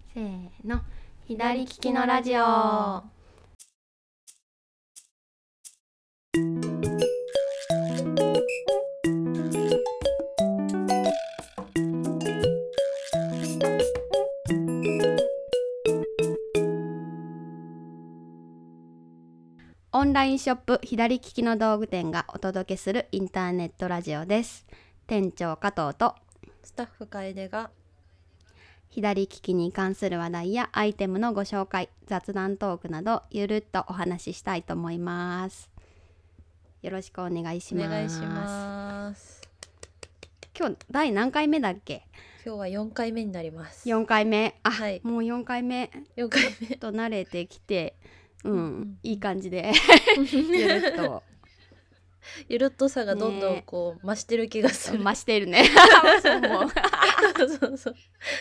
せーの、左利きのラジオ。オンラインショップ左利きの道具店がお届けするインターネットラジオです。店長加藤とスタッフ楓が左利きに関する話題やアイテムのご紹介、雑談トークなどゆるっとお話ししたいと思います。よろしくお願いします。 お願いします。 今日第何回目だっけ？ 今日は4回目になります。 4回目。あ、 はい、 もう4回目 4回目と慣れてきて、いい感じでゆるっとゆるっとさがどんどんこう、増してる気がする。 増してるねそう思うそうそう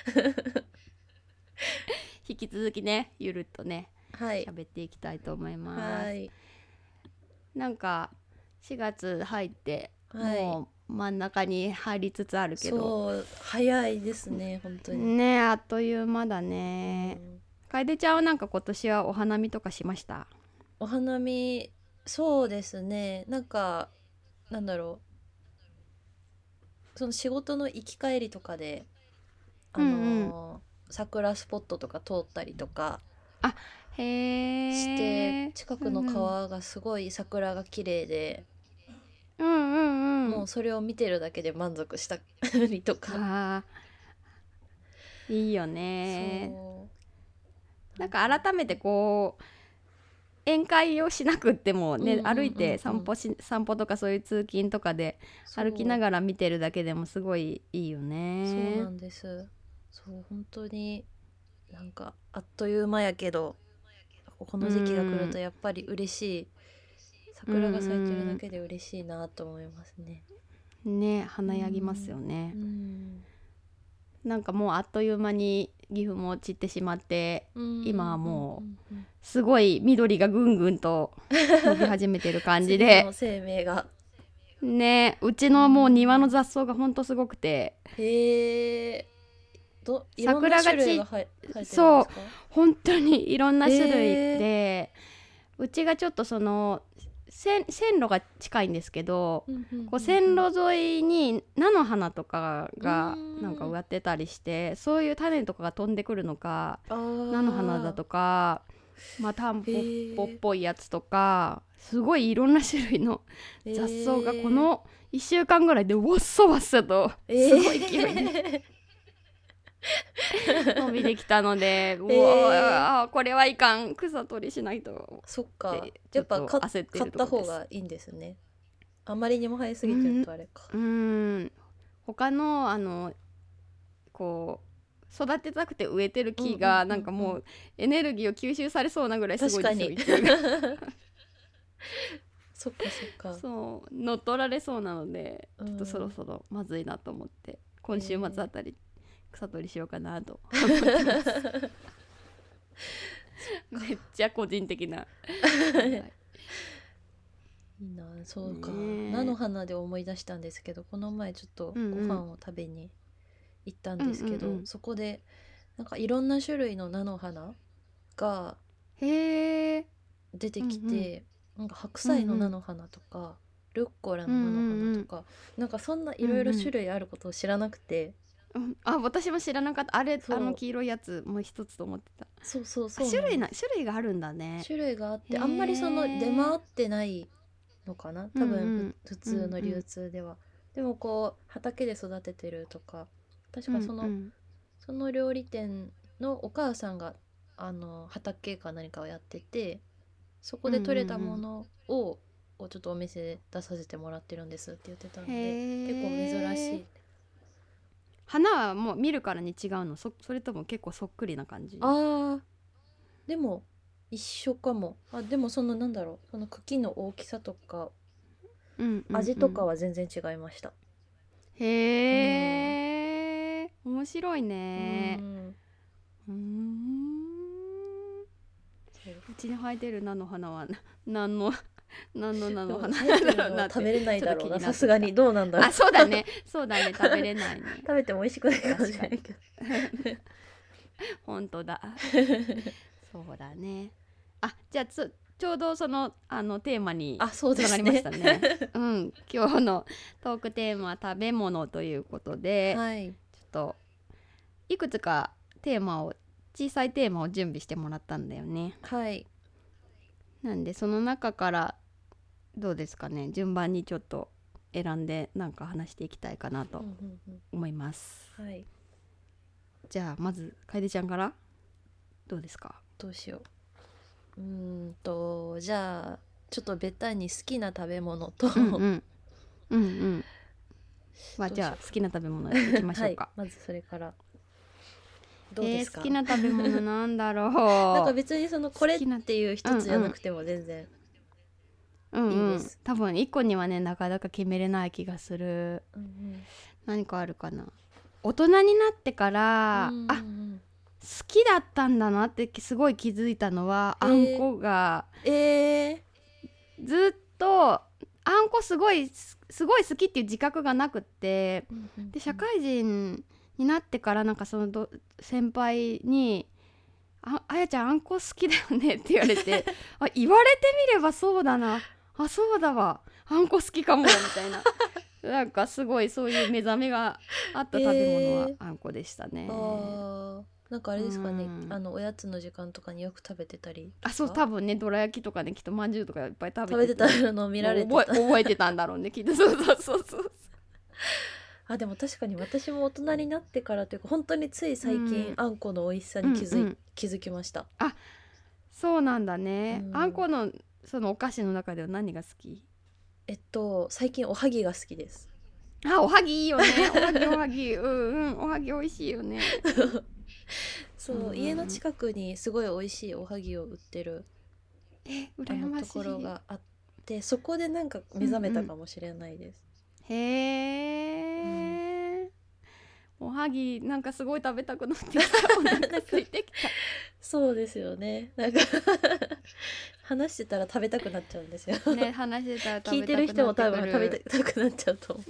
引き続きね、ゆるっとね、 はい、 喋っていきたいと思います。 はい、 なんか4月入って、 はい、 もう真ん中に入りつつあるけど、 そう早いですね本当にね、あっという間だね。楓ちゃんはなんか今年はお花見とかしました？ お花見、そうですね、なんかなんだろう、その仕事の行き帰りとかで桜スポットとか通ったりとかして近くの川がすごい桜が綺麗で、もうそれを見てるだけで満足したりとか。 あいいよね。 そうなんか改めてこう宴会をしなくってもね、歩いて散歩とかそういう通勤とかで歩きながら見てるだけでもすごいいいよね。 そうなんです。そう本当になんかあっという間やけど、この時期が来るとやっぱり嬉しい、桜が咲いてるだけで嬉しいなと思いますね。 ね、華やぎますよね。なんかもうあっという間に岐阜も散ってしまって、今はもうすごい緑がぐんぐんと伸び始めてる感じで次の生命がね、うちのもう庭の雑草がほんとすごくて、 桜が種類が生えてるんですか？ そう本当にいろんな種類で、うちがちょっとその線路が近いんですけど、こう線路沿いに菜の花とかがなんか植わってたりして、そういう種とかが飛んでくるのか、菜の花だとか、タンポポっぽいやつとか、すごいいろんな種類の雑草がこの1週間ぐらいでわっさわっさとすごい勢いで伸びてきたので、うわこれはいかん、草取りしないと。 そっか、やっぱ買った方がいいんですね。あまりにも生えすぎてるとあれか。 他のこう育てたくて植えてる木がなんかもうエネルギーを吸収されそうなぐらいすごいですよ。 そっかそっか。 そう乗っ取られそうなので、ちょっとそろそろまずいなと思って、今週末あたり草取りしようかなと思ってますめっちゃ個人的な、 いいな。そうか、菜の花で思い出したんですけど、この前ちょっとご飯を食べに行ったんですけど、そこでなんかいろんな種類の菜の花が出てきて、なんか白菜の菜の花とか、ルッコラの菜の花とか、なんかそんないろいろ種類あることを知らなくて、 私も知らなかった。あの黄色いやつもう一つと思ってた。そう種類があるんだね。 種類があって、あんまりその出回ってないのかな、多分普通の流通では。でもこう畑で育ててるとか、確かその料理店のお母さんが畑か何かをやってて、そこで採れたものをちょっとお店で出させてもらってるんですって言ってたので、結構珍しい。 花はもう見るからに違うの？それとも結構そっくりな感じ？ でも一緒かも。でもそのなんだろう、その茎の大きさとか、味とかは全然違いました。 へえ、面白いね。うちに生えてる菜の花は何の菜の花だろうなって。 食べれないだろうな、さすがに。どうなんだろう。 そうだね食べれないね。 食べても美味しくないかもしれないけど本当だそうだね。じゃあちょうどそのテーマにつながりましたね。うん、今日のトークテーマは食べ物ということで、 はい、 ちょっといくつか小さいテーマを準備してもらったんだよね。 はい。 なんでその中からどうですかね、順番にちょっと選んでなんか話していきたいかなと思います。 はい。 じゃあまず楓ちゃんからどうですか？ どうしよう。じゃあちょっとベタに好きな食べ物とじゃあ好きな食べ物いきましょうか。 はい、まずそれからどうですか？ 好きな食べ物なんだろうなんか別にそのこれっていう一つじゃなくても全然いいです。 多分一個にはねなかなか決めれない気がする。何かあるかな。大人になってから、好きだったんだなってすごい気づいたのは、あんこが、ずっとあんこすごい好きっていう自覚がなくって、で社会人になってからなんかその先輩にあやちゃんあんこ好きだよねって言われて言われてみればそうだな、そうだわ、あんこ好きかもみたいななんかすごいそういう目覚めがあった食べ物はあんこでしたね。 なんかあれですかね、おやつの時間とかによく食べてたりとか。 そう多分ね、どら焼きとかねきっとまんじゅうとかいっぱい食べてたのを見られてた覚えてたんだろうねきっと。そうでも確かに私も大人になってからというか本当につい最近、あんこの美味しさに気づきました。 そうなんだね。あんこのそのお菓子の中では何が好き？ 最近おはぎが好きです。 おはぎいいよね。おはぎおはぎ美味しいよね。 そう、家の近くにすごい美味しいおはぎを売ってる羨ましいところがあって、そこでなんか目覚めたかもしれないです。 へえ、おはぎなんかすごい食べたくなってきた。お腹空いてきた。 そうですよね。なんか話してたら食べたくなっちゃうんですよね。話してたら聞いてる人も多分食べたくなっちゃうと思う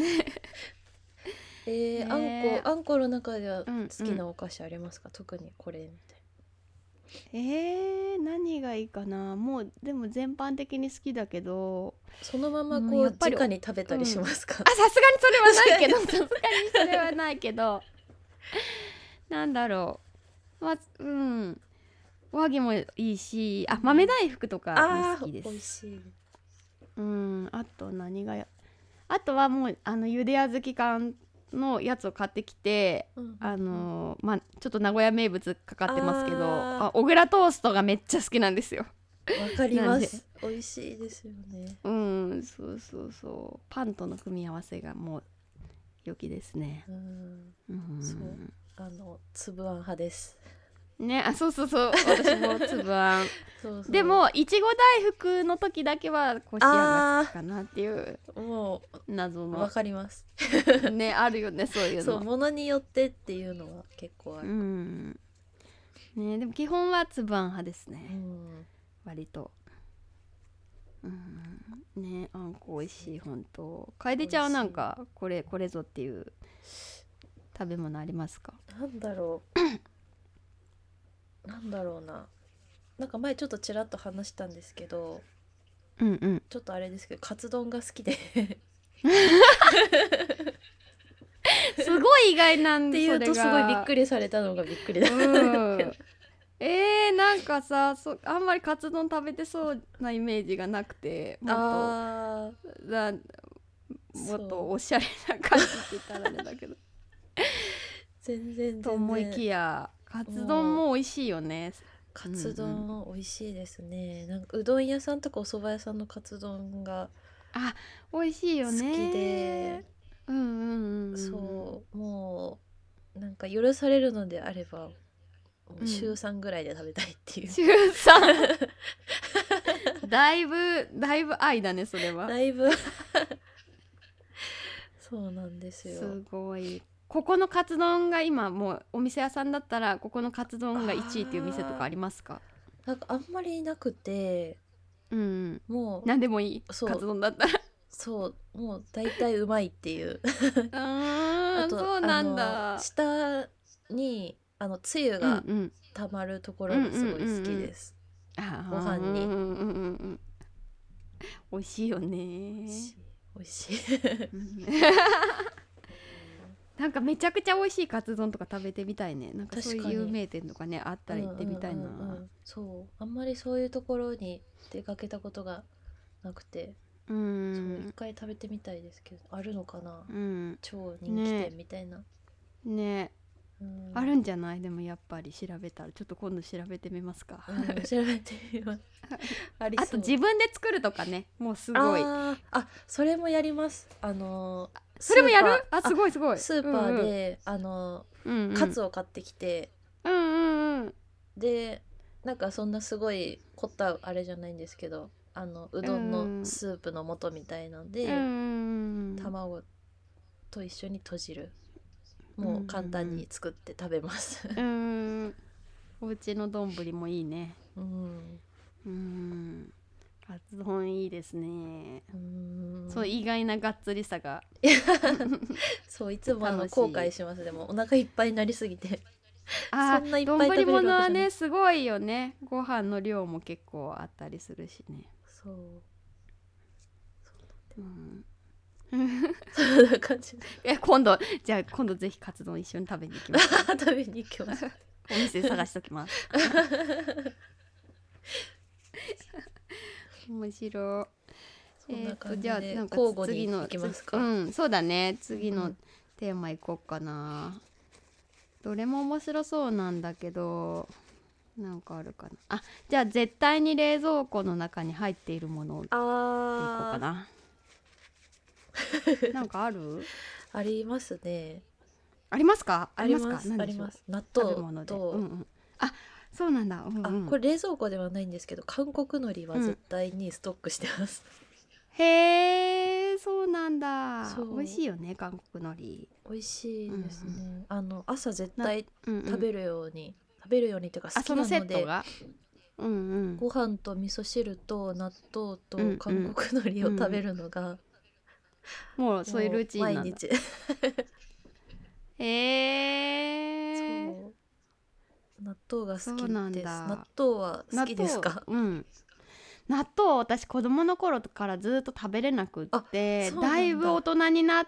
あんこの中では好きなお菓子ありますか？特にこれみたいな。何がいいかな。もうでも全般的に好きだけど、 そのままこう直に食べたりしますか？ さすがにそれはないけどそれはないけどなんだろう、おはぎもいいし、豆大福とかも好きです。 美味しい。 あとあとはもうゆであずき缶のやつを買ってきて、ちょっと名古屋名物かかってますけど、小倉トーストがめっちゃ好きなんですよ。 わかります。美味しいですよね。 そうパンとの組み合わせがもう良きですね。 そう粒あん派ですね。そう私も粒あんでもいちご大福の時だけはこしあんが好きかなっていう、もう謎のわかりますね。あるよね、そういうの。 そう、ものによってっていうのは結構ある。 ね。でも基本は粒あん派ですね。割とね。あんこ美味しい。本当。楓ちゃんはなんかこれぞっていう食べ物ありますか？ なんだろうな。なんか前ちょっとちらっと話したんですけど、ちょっとあれですけどカツ丼が好きですごい意外なんでっていうとすごいびっくりされたのがびっくりだなんかさ、あんまりカツ丼食べてそうなイメージがなくて、もっとおしゃれな感じって言ったらあれだけど全然と思いきやカツ丼も美味しいよね。 カツ丼美味しいですね。なんかうどん屋さんとかお蕎麦屋さんのカツ丼が美味しいよね。 好きで、そうもうなんか許されるのであれば週3ぐらいで食べたいっていう。 週 3 だいぶ愛だね、それは。 だいぶそうなんですよ。 すごい。ここのカツ丼が今もうお店屋さんだったらここのカツ丼が1位っていう店とかありますか？ なんかあんまりなくて、もう何でもいいカツ丼だったらそうもう大体うまいっていうあとそうなんだ。 下につゆがたまるところがすごい好きです、ご飯に。 美味しいよね。 美味しいなんかめちゃくちゃ美味しいカツ丼とか食べてみたいね。なんかそういう有名店とかねあったら行ってみたいな。 そうあんまりそういうところに出かけたことがなくて、そう一回食べてみたいですけど、あるのかな、超人気店みたいなね、あるんじゃない？でもやっぱり調べたら、ちょっと今度調べてみますか。 調べてみますありそう。 あと自分で作るとかね、もうすごい。 それもやります。 それもやる？すごいすごい。 スーパーで、カツを買ってきて、でなんかそんなすごい凝ったあれじゃないんですけど、うどんのスープの素みたいなんで、卵と一緒に閉じる、もう簡単に作って食べますお家の丼もいいね。カツ丼いいですね。そう意外ながっつりさがそういつも後悔します。でもお腹いっぱいになりすぎてそんないっぱい食べれるわけじゃない。 丼物はねすごいよね。ご飯の量も結構あったりするしね。 そんな感じ。 今度ぜひカツ丼一緒に食べに行きます食べに行きますお店探しときます面白い。じゃあなんか交互に行きますか。 そうだね。次のテーマ行こうかな。どれも面白そうなんだけど、なんかあるかな。じゃあ絶対に冷蔵庫の中に入っているものでいこうかな。なんかある？ ありますね。 ありますか？ あります。納豆と、 そうなんだ。 これ冷蔵庫ではないんですけど、韓国海苔は絶対にストックしてます。 へえ、そうなんだ。美味しいよね、韓国海苔。 美味しいですね。朝絶対食べるようにっていうか好きなので、 そのセットがご飯と味噌汁と納豆と韓国海苔を食べるのが、 もうそういうルーチンなんだ。 毎日そう納豆が好きです。納豆は好きですか？ 納豆私子供の頃からずっと食べれなくって、だいぶ大人になって、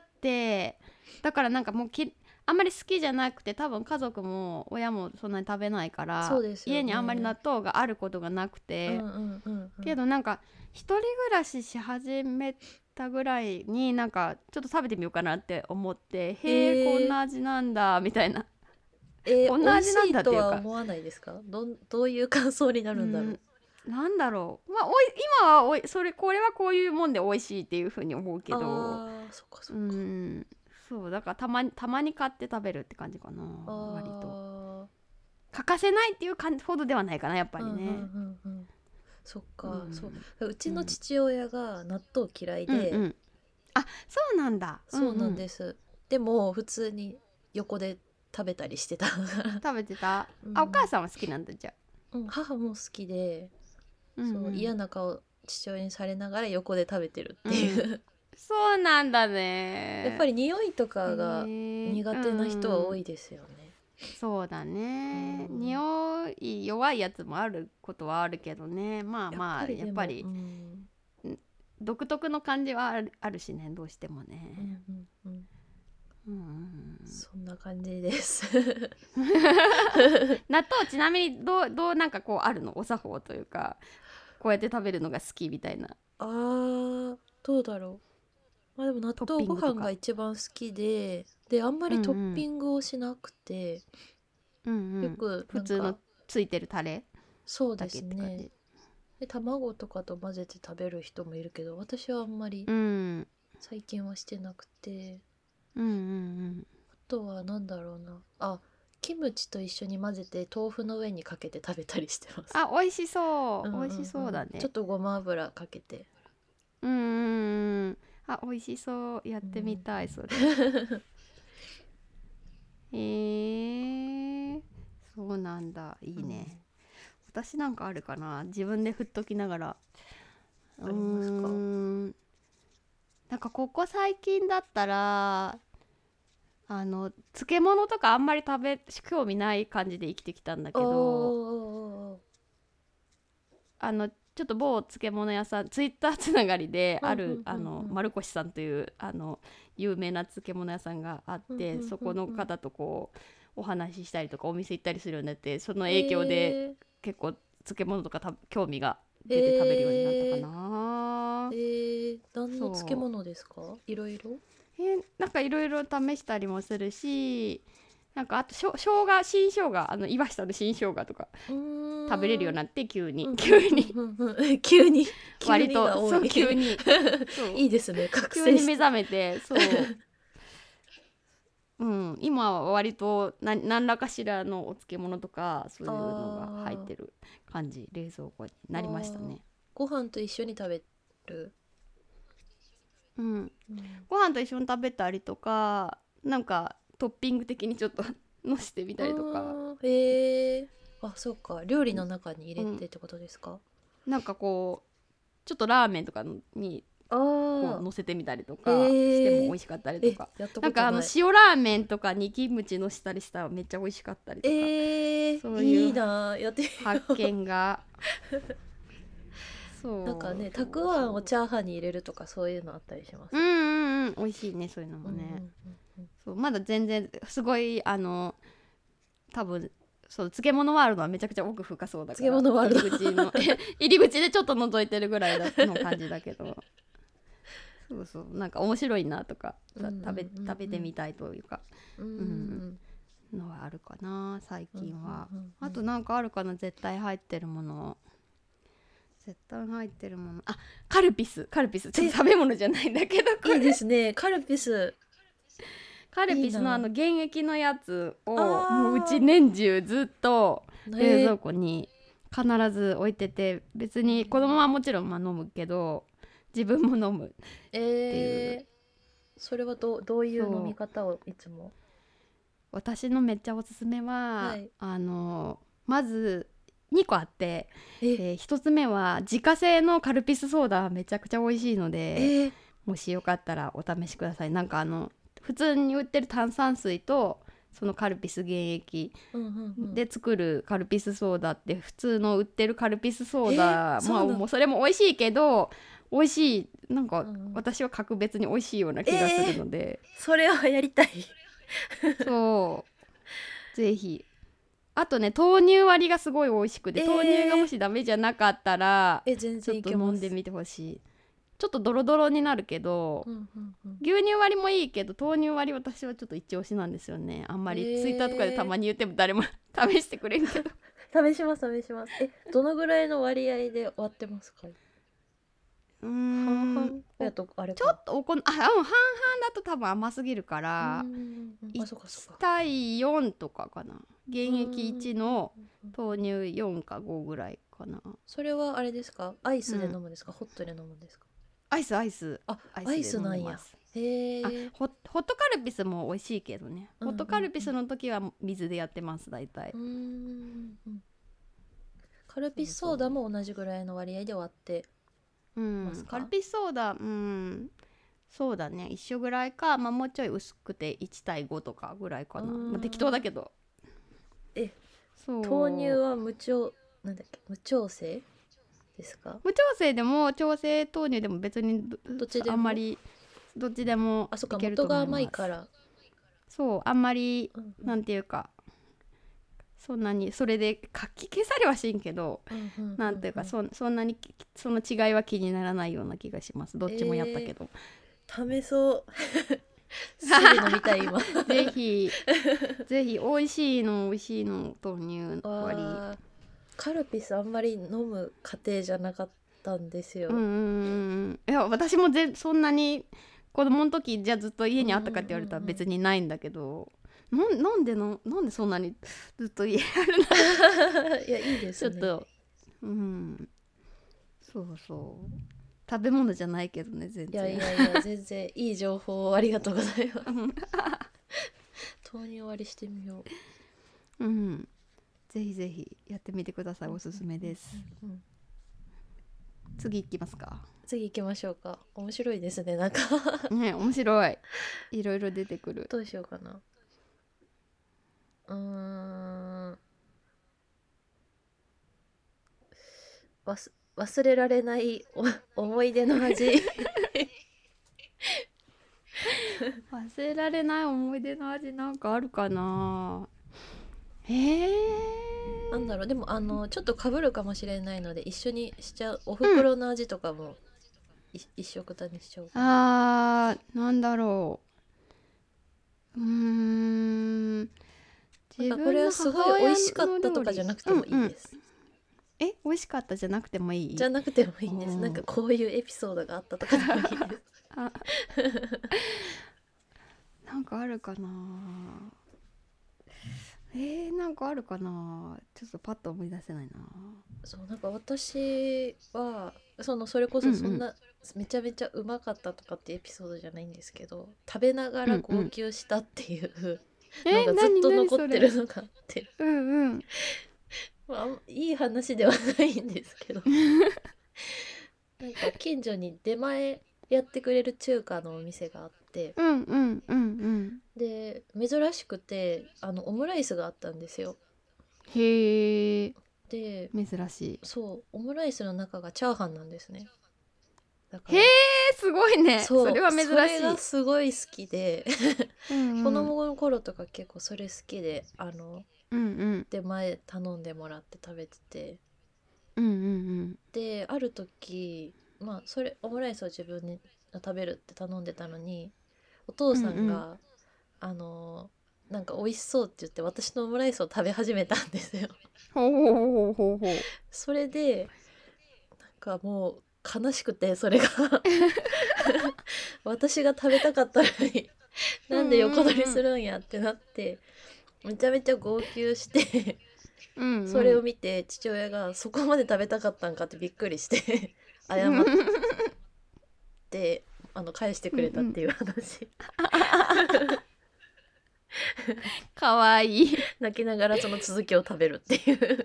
だからなんかもうあんまり好きじゃなくて、多分家族も親もそんなに食べないから、家にあんまり納豆があることがなくて、けどなんか一人暮らしし始めたぐらいになんかちょっと食べてみようかなって思って、こんな味なんだみたいな。 こんな味なんだっていうか、美味しいとは思わないですか？どういう感想になるんだろう。 なんだろう、今はこれはこういうもんで美味しいっていう風に思うけど、 そっかそうだからたまに買って食べるって感じかな。割と欠かせないっていうほどではないかな、やっぱりね。 そっか、うちの父親が納豆嫌いで、 そうなんだ。 そうなんです。でも普通に横で食べたりしてた食べてた。お母さんは好きなんだ。じゃあ、母も好きで、そう嫌な顔父親にされながら横で食べてるっていう、 そうなんだね。 やっぱり匂いとかが苦手な人は多いですよね。 そうだね、匂い弱いやつもあることはあるけどね。まあやっぱり独特の感じはあるしね、どうしてもね。 そんな感じです納豆ちなみにどうなんかこうあるの？お作法というか、こうやって食べるのが好きみたいな。 どうだろう。でも納豆ご飯が一番好きであんまりトッピングをしなくて、よく普通のついてるタレそうですね。で卵とかと混ぜて食べる人もいるけど、私はあんまり最近はしてなくて、あとはなんだろうな、キムチと一緒に混ぜて豆腐の上にかけて食べたりしてます。 美味しそう、美味しそうだね。 ちょっとごま油かけて。 美味しそう。やってみたい、それそうなんだ。いいね。私なんかあるかな。自分で振っときながら。 ありますか？ なんかここ最近だったら漬物とかあんまり興味ない感じで生きてきたんだけど、ちょっと某漬物屋さん、ツイッターつながりである丸越さんという有名な漬物屋さんがあって、そこの方とこうお話ししたりとかお店行ったりするようになって、その影響で結構漬物とか興味が出て食べるようになったかな。 何の漬物ですか？いろいろ？ なんかいろいろ試したりもするし、なんかあと新生姜、岩下の新生姜とか食べれるようになって、急に割とそう急にいいですね、覚醒急に目覚めて、そう今は割と何らかしらのお漬物とかそういうのが入ってる感じ、冷蔵庫になりましたね。 ご飯と一緒に食べる？ ご飯と一緒に食べたりとか、なんかトッピング的にちょっとのしてみたりとか。 そうか、料理の中に入れてってことですか？ なんかこうちょっとラーメンとかにこう乗せてみたりとかしても美味しかったりとか、なんか塩ラーメンとかにキムチのしたりしたらめっちゃ美味しかったりとか、そういう発見がそうなんかね、たくあんをチャーハンに入れるとかそういうのあったりします。 美味しいね、そういうのもね。そうまだ全然すごい多分そう漬物ワールドはめちゃくちゃ奥深そうだから、 漬物ワールド入り口でちょっと覗いてるぐらいの感じだけどそうなんか面白いなとか、食べてみたいというか、のはあるかな最近は。あとなんかあるかな、絶対入ってるもの。カルピスちょっと食べ物じゃないんだけど、 いいですね、カルピスの原液のやつをもううち年中ずっと冷蔵庫に必ず置いてて、別に子供はもちろん飲むけど自分も飲むっていう、 それはどういう飲み方をいつも？ 私のめっちゃおすすめは、まず2個あって、1つ目は自家製のカルピスソーダ、めちゃくちゃ美味しいので、もしよかったらお試しください。なんか普通に売ってる炭酸水とそのカルピス原液で作るカルピスソーダって、普通の売ってるカルピスソーダ、もうそれも美味しいけど、美味しい、なんか私は格別に美味しいような気がするので、 それはやりたいそうぜひ。あとね、豆乳割りがすごい美味しくて、豆乳がもしダメじゃなかったら全然いけます。 ちょっと飲んでみてほしい。ちょっとドロドロになるけど、牛乳割りもいいけど豆乳割り私はちょっと一押しなんですよね。あんまりツイッターとかでたまに言っても誰も試してくれんけど試します。どのぐらいの割合で割ってますか？半々やとあれか、 ちょっと半々だと多分甘すぎるから1対4とかかな。原液1の豆乳4か5ぐらいかな。 それはあれですか？アイスで飲むんですか？ホットで飲むんですか？ アイスアイスなんや。 ホットカルピスも美味しいけどね、ホットカルピスの時は水でやってます大体。 カルピスソーダも同じぐらいの割合で割ってますか？ カルピスソーダそうだね、一緒ぐらいか、もうちょい薄くて1対5とかぐらいかな。適当だけど。 豆乳は無調整ですか？ 無調整でも調整豆乳でも別にあんまりどっちでもいけると思います。 元が甘いから。 そう、あんまり、なんていうかそんなにそれでかき消されはしんけど、なんていうかそんなにその違いは気にならないような気がします。どっちもやったけど、 試そうすぐ飲みたい今ぜひ美味しいの豆乳割り。 カルピスあんまり飲む家庭じゃなかったんですよ。 いや私もそんなに子供の時じゃずっと家にあったかって言われたら別にないんだけど、なんでそんなにずっと家あるのいやいいですね。 ちょっとそう食べ物じゃないけどね、全然。 いや全然いい情報をありがとうございます豆乳割りしてみよう。 ぜひぜひやってみてください。おすすめです。 次行きますか。 次行きましょうか。面白いですね、なんかね、面白い。いろいろ出てくる。 どうしようかな。忘れられない思い出の味忘れられない思い出の味なんかあるかな。 なんだろう、でもちょっと被るかもしれないので一緒にしちゃう。お袋の味とかも、一緒くたにしちゃおうかな。 なんだろう。 なん自かこれは分のすごい美味しかったとかじゃなくてもいいです。 美味しかったじゃなくてもいい？ じゃなくてもいいんです。なんかこういうエピソードがあったとかでもいいですなんかあるかな。なんかあるかな。ちょっとパッと思い出せないな。 そうなんか私はそれこそそんな、めちゃめちゃうまかったとかってエピソードじゃないんですけど、食べながら号泣したっていうのがずっと残ってるのがあって、まあ、いい話ではないんですけどなんか近所に出前やってくれる中華のお店があって、で珍しくてオムライスがあったんですよ。 へえ。 で珍しい。 そうオムライスの中がチャーハンなんですね。だからへえ、すごいね。それは珍しい。 それがすごい好きで子供の頃とか結構それ好きで出前頼んでもらって食べてて、である時まあそれオムライスを自分に食べるって頼んでたのに、お父さんが、なんか美味しそうって言って私のオムライスを食べ始めたんですよそれでなんかもう悲しくて、それが私が食べたかったのになんで横取りするんやってなって、めちゃめちゃ号泣してそれを見て父親がそこまで食べたかったんかってびっくりして謝って返してくれたっていう話かわいい。 泣きながらその続きを食べるっていう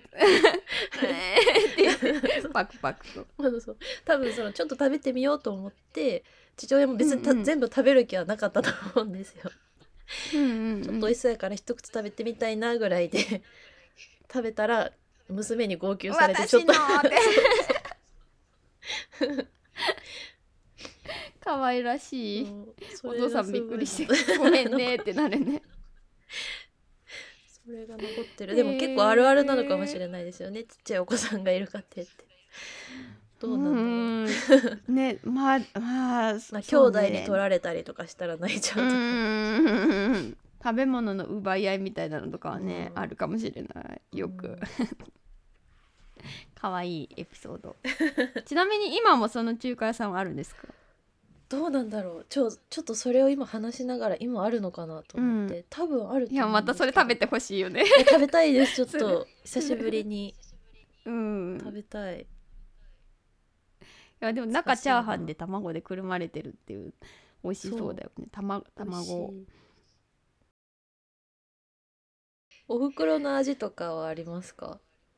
パクパクとそう多分ちょっと食べてみようと思って父親も別に全部食べる気はなかったと思うんですよ。ちょっと美味しそうやから一口食べてみたいなぐらいで食べたら娘に号泣されてちょっとかわいらしい、お父さんびっくりしてごめんねってなるねそれが残ってる。でも結構あるあるなのかもしれないですよね、ちっちゃいお子さんがいる家庭って。どうなんだろうね。まあ兄弟に取られたりとかしたら泣いちゃうとか食べ物の奪い合いみたいなのとかはね、あるかもしれない。よくかわいいエピソードちなみに今もその中華屋さんはあるんですか？ どうなんだろう。ちょっとそれを今話しながら今あるのかなと思って、多分あると思うんですけど。 いやまたそれ食べてほしいよね食べたいです。ちょっと久しぶりに食べたい。いやでも中チャーハンで卵でくるまれてるっていう、美味しそうだよね。卵。 お袋の味とかはありますか？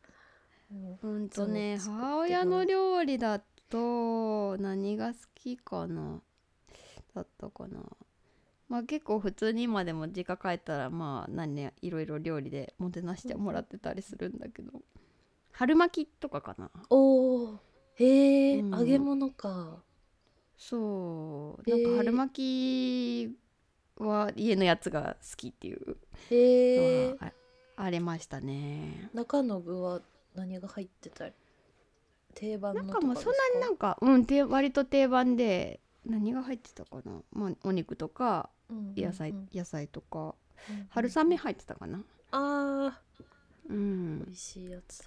母親の料理だと何が好きかなだったかな。まあ結構普通に今でも実家帰ったらまあいろいろ料理でもてなしてもらってたりするんだけど、春巻きとかかな。 おー、へえ、揚げ物か。 そうなんか春巻きは家のやつが好きっていうのはありましたね。 中の具は何が入ってたり？定番のとかですか？ なんかもうそんなになんか割と定番で、何が入ってたかな、まあ、お肉とか野菜とか、春雨入ってたかな。 美味しいやつだ。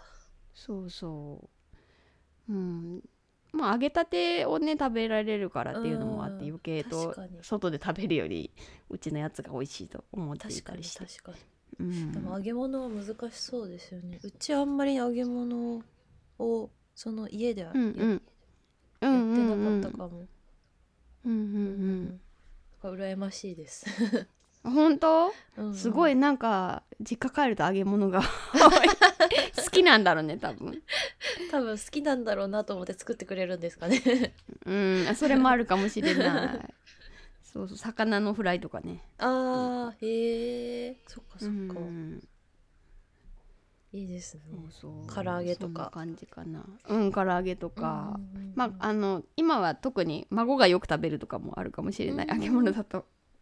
そうまあ揚げたてをね食べられるからっていうのもあって、余計と外で食べるよりうちのやつが美味しいと思っていたりして。 確かに、でも揚げ物は難しそうですよね。うちあんまり揚げ物を家ではやってなかったかも。羨ましいです本当？すごいなんか実家帰ると揚げ物が好きなんだろうね多分。 多分好きなんだろうなと思って作ってくれるんですかね。 それもあるかもしれないそうそう、魚のフライとかね。 へえ、そっかそっか、いいですね。 そう唐揚げとか、そんな感じかな。唐揚げとか、今は特に孫がよく食べるとかもあるかもしれない、揚げ物だと。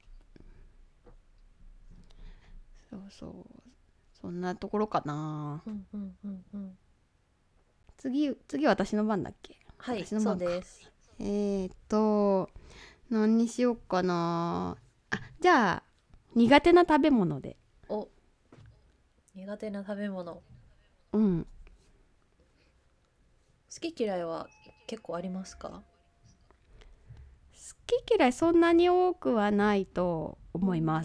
そうそんなところかな。次私の番だっけ。 はい、そうです。 何にしようかな。じゃあ苦手な食べ物で。 苦手な食べ物。 好き嫌いは結構ありますか？ 好き嫌いそんなに多くはないと思います。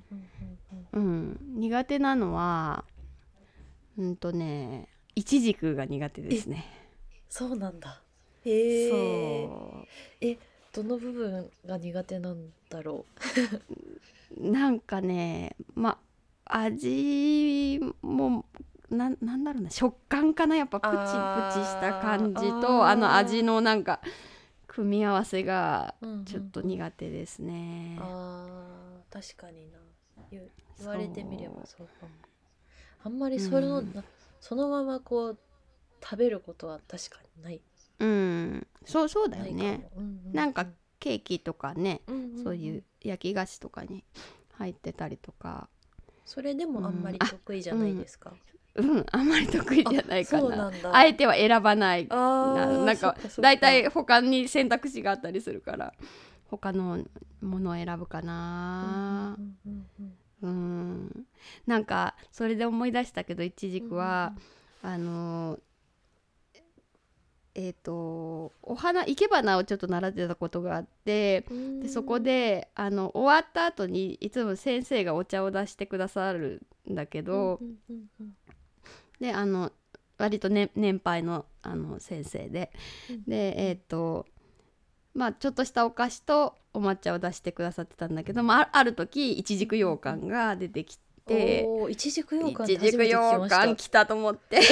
苦手なのはイチジクが苦手ですね。 そうなんだ。へえ。どの部分が苦手なんだろう。なんかね、味もなんだろうな、食感かな、やっぱプチプチした感じと味のなんか組み合わせがちょっと苦手ですね。 確かにな、言われてみればそうかも。あんまりそのままこう食べることは確かにない。 そうだよね。なんかケーキとかね、そういう焼き菓子とかに入ってたりとか。 それでもあんまり得意じゃないですか？ あんまり得意じゃないかな。あえては選ばないなんかだいたい他に選択肢があったりするから他のものを選ぶかな。なんかそれで思い出したけど、いちじくはお花生け花をちょっと習ってたことがあって、でそこで終わった後にいつも先生がお茶を出してくださるんだけど、で割と、年配の先生で、ちょっとしたお菓子とお抹茶を出してくださってたんだけど、ある時いちじく羊羹が出てきて、 いちじく羊羹来たと思って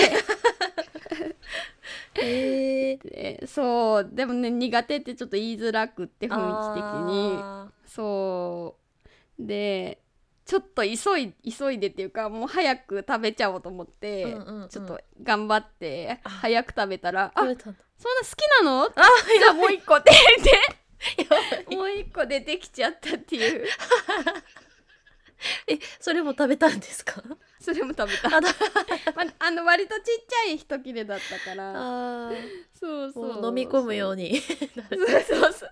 そうでもね、苦手ってちょっと言いづらくって、雰囲気的に。そうでちょっと急いでっていうか、もう早く食べちゃおうと思って、ちょっと頑張って早く食べたら、そんな好きなの？じゃあもう一個って言ってもう一個出てきちゃったっていうそれも食べたんですか？ それも食べた割とちっちゃい一切れだったから、そう飲み込むようにそう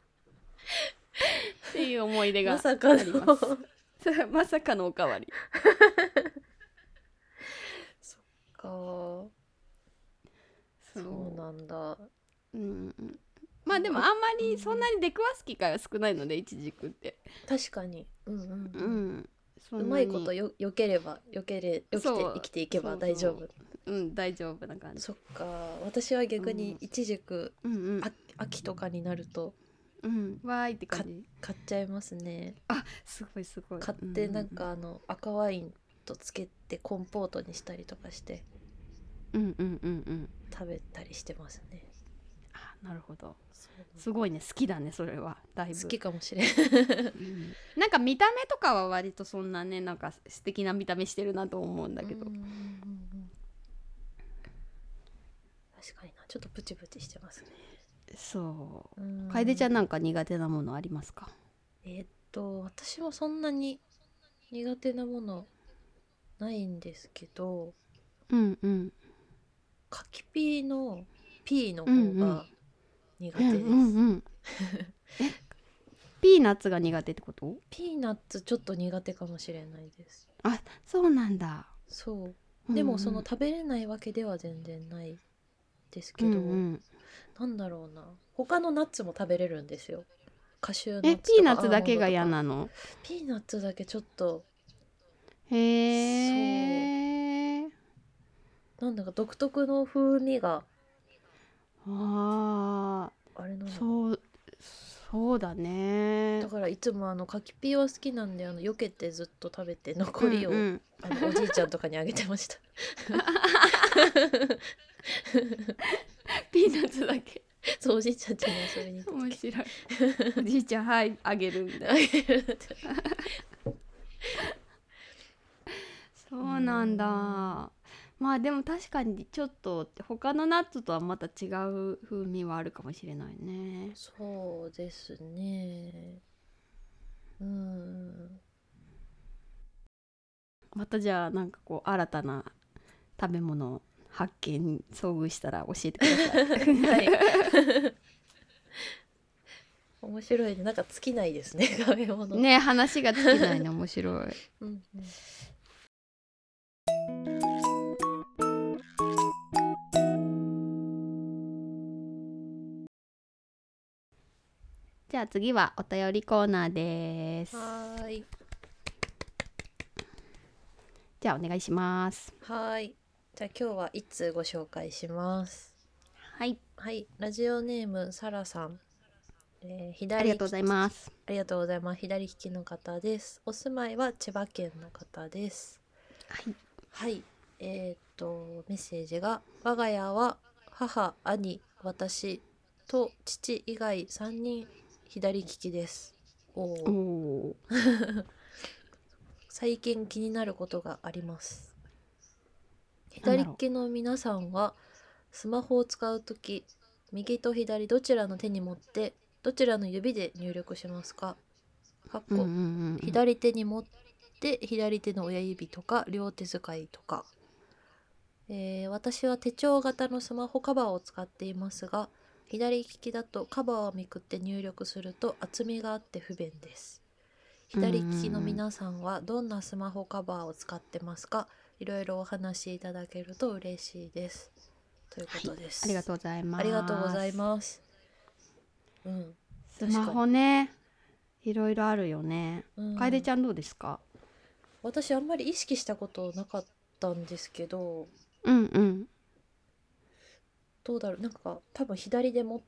っていう思い出があります。まさかのおかわりそっか、そうなんだ。 でもあんまりそんなに出くわす機会は少ないので、いちじくって確かにうまいことよければ生きていけば大丈夫。 大丈夫な感じ。 そっか、私は逆にいちじく秋とかになるとわーいって感じ買っちゃいますね。 すごい買ってなんか赤ワインとつけてコンポートにしたりとかして食べたりしてますね。 なるほど。すごいね、好きだね、それは。だいぶ好きかもしれんなんか見た目とかは割とそんなね、なんか素敵な見た目してるなと思うんだけど、 確かにな、ちょっとプチプチしてますね。 そう。楓ちゃんなんか苦手なものありますか？ 私はそんなに苦手なものないんですけど、柿ピーのピーの方が苦手です。 ピーナッツが苦手ってこと？ ピーナッツちょっと苦手かもしれないです。 そうなんだ。 そうでもその食べれないわけでは全然ないですけど、なんだろうな、他のナッツも食べれるんですよ。カシューナッツとかピーナッツだけが嫌なの？ ピーナッツだけちょっとなんだか独特の風味があれなの。 そうだね。 だからいつも柿ピーは好きなんで避けてずっと食べて、残りを、おじいちゃんとかにあげてましたピーナッツだけ。 そう、おじいちゃん家に遊びに行った面白い。おじいちゃんはいあげるみたいな。そうなんだ。まあでも確かにちょっと他のナッツとはまた違う風味はあるかもしれないね。 そうですね。 またじゃあなんかこう新たな食べ物発見遭遇したら教えてください。 はい。面白いね。なんか尽きないですね、食べ物。 ね、話が尽きないね、面白い。じゃあ次はお便りコーナーです。 はい。 じゃあお願いします。 はい。じゃあ今日は1通ご紹介します。 はい。 はい。ラジオネームサラさん。 ありがとうございます。 ありがとうございます。左利きの方です。お住まいは千葉県の方です。 はい。 はい。メッセージが我が家は母、兄、私と父以外3人左利きです。お最近気になることがあります。左利きの皆さんはスマホを使うとき、右と左どちらの手に持ってどちらの指で入力しますか？左手に持って左手の親指とか両手使いとか。私は手帳型のスマホカバーを使っていますが、左利きだとカバーをめくって入力すると厚みがあって不便です。左利きの皆さんはどんなスマホカバーを使ってますか？いろいろお話しいただけると嬉しいです。ということです。 はい、ありがとうございます。 ありがとうございます。 スマホね、いろいろあるよね。楓ちゃんどうですか？ 私あんまり意識したことなかったんですけど、どうだろう、なんか多分左で持って、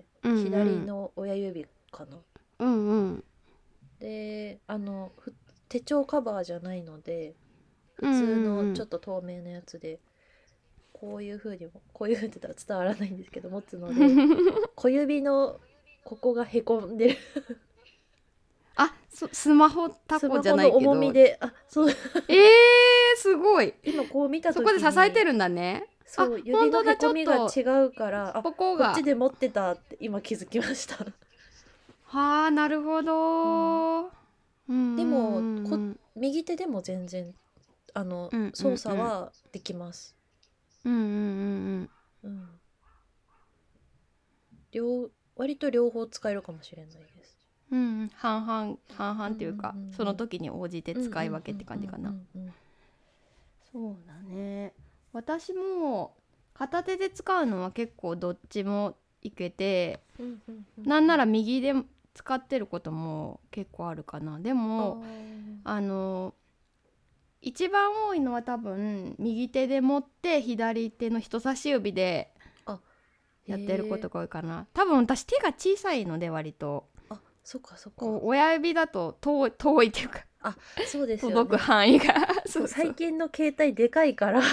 左の親指かな。で、手帳カバーじゃないので、普通のちょっと透明なやつで、こういう風にこういう風って言ったら伝わらないんですけど持つので小指のここがへこんでるあ、スマホタコじゃないけど、 スマホの重みで、そうすごい。 今こう見た時にそこで支えてるんだね。 そう、指のへこみが違うから、 ここっちで持ってたって今気づきました。 はあ、なるほど。 でも右手でも全然操作はできます。割と両方使えるかもしれないです。 半々っていうか、その時に応じて使い分けって感じかな。そうだね。私も片手で使うのは結構どっちもいけて、なんなら右で使ってることも結構あるかな。でも一番多いのは多分右手で持って左手の人差し指でやってることが多いかな。多分私手が小さいので割と、 そっか親指だと遠いっていうか、 そうですよね、 届く範囲がそう最近の携帯でかいから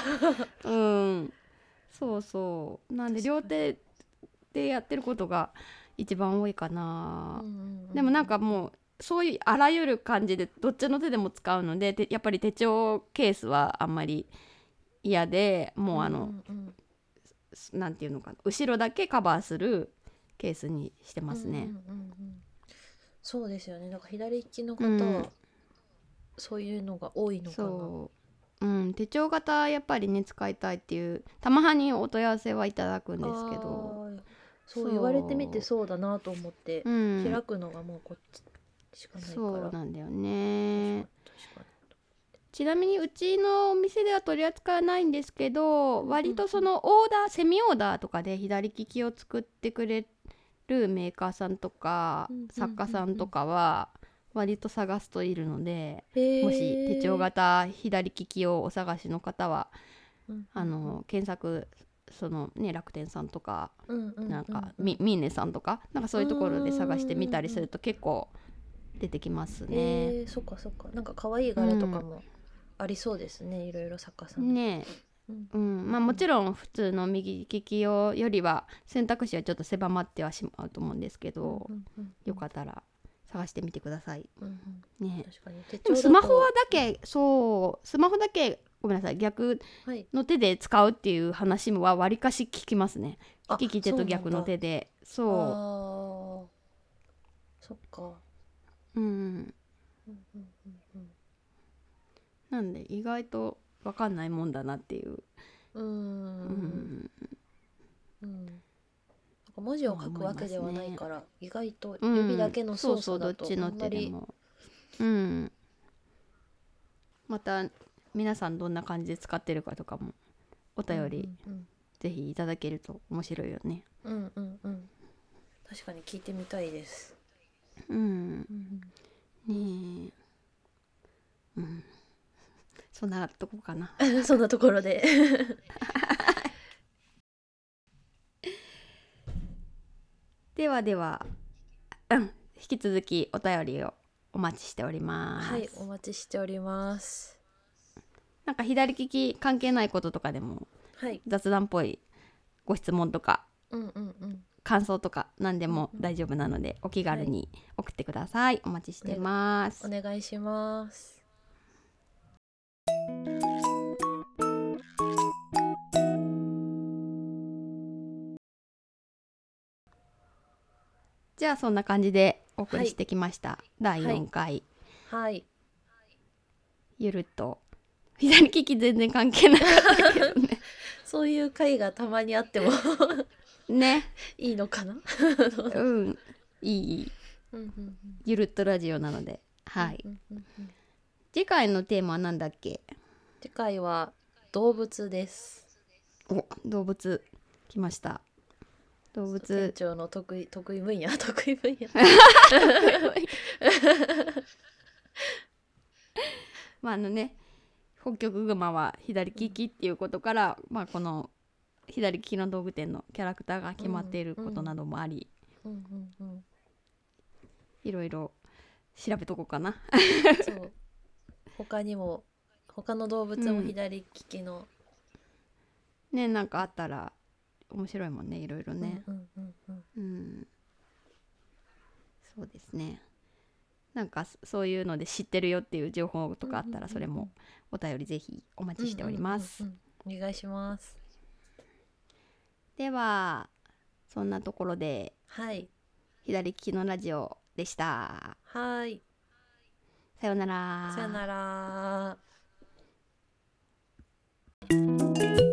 そうなんで両手でやってることが一番多いかな。でもなんかもうそういうあらゆる感じでどっちの手でも使うので、やっぱり手帳ケースはあんまり嫌で、もうなんていうのかな、後ろだけカバーするケースにしてますね。 そうですよね。なんか左利きの方はそういうのが多いのかな。 手帳型やっぱりね使いたいっていうたまにお問い合わせはいただくんですけど、 そう言われてみてそうだなと思って、開くのがもうこっちしかないから。 そうなんだよね。ちなみにうちのお店では取り扱わないんですけど、割とそのセミオーダーとかで左利きを作ってくれるメーカーさんとか作家さんとかは割と探すといるので、もし手帳型左利きをお探しの方は、検索そのね楽天さんとか、なんかミーネさんとかなんかそういうところで探してみたりすると結構出てきますね。 そっかなんか可愛い柄とかもありそうですね、いろいろ作家さんね。 まあもちろん普通の右利きよりは選択肢はちょっと狭まってはしまうと思うんですけど、よかったら探してみてください。ね、 確かにでもスマホだけごめんなさい、逆の手で使うっていう話はわりかし聞きますね。利き手と逆の手で。 そっか。 なんで意外と分かんないもんだなっていう。 なんか文字を書くわけではないから、意外と指だけの操作だとどっちの手でも。また皆さんどんな感じで使ってるかとかもお便りぜひいただけると面白いよね。 確かに聞いてみたいです。 ねえ、そんなとこかな。 そんなところでではでは、引き続きお便りをお待ちしております。 はい、お待ちしております。 なんか左利き関係ないこととかでも、雑談っぽいご質問とか、感想とか何でも大丈夫なので、お気軽に送ってください。お待ちしてます。 お願いします。 じゃあそんな感じでお送りしてきました、第4回、ゆるっと左利き全然関係なかったけどねそういう回がたまにあってもねいいのかないい、ゆるっとラジオなので、次回のテーマは何だっけ？ 次回は動物です。 動物来ました。動物店長の得意分野まあ北極熊は左利きっていうことから、この左利きの道具店のキャラクターが決まっていることなどもあり、いろいろ調べとこうかなそう他の動物も左利きの、 なんかあったら面白いもんね、いろいろね。そうですね。なんかそういうので知ってるよっていう情報とかあったら、それもお便りぜひお待ちしております。 お願いします。 ではそんなところで、左利きのラジオでした。さようなら。 さようなら。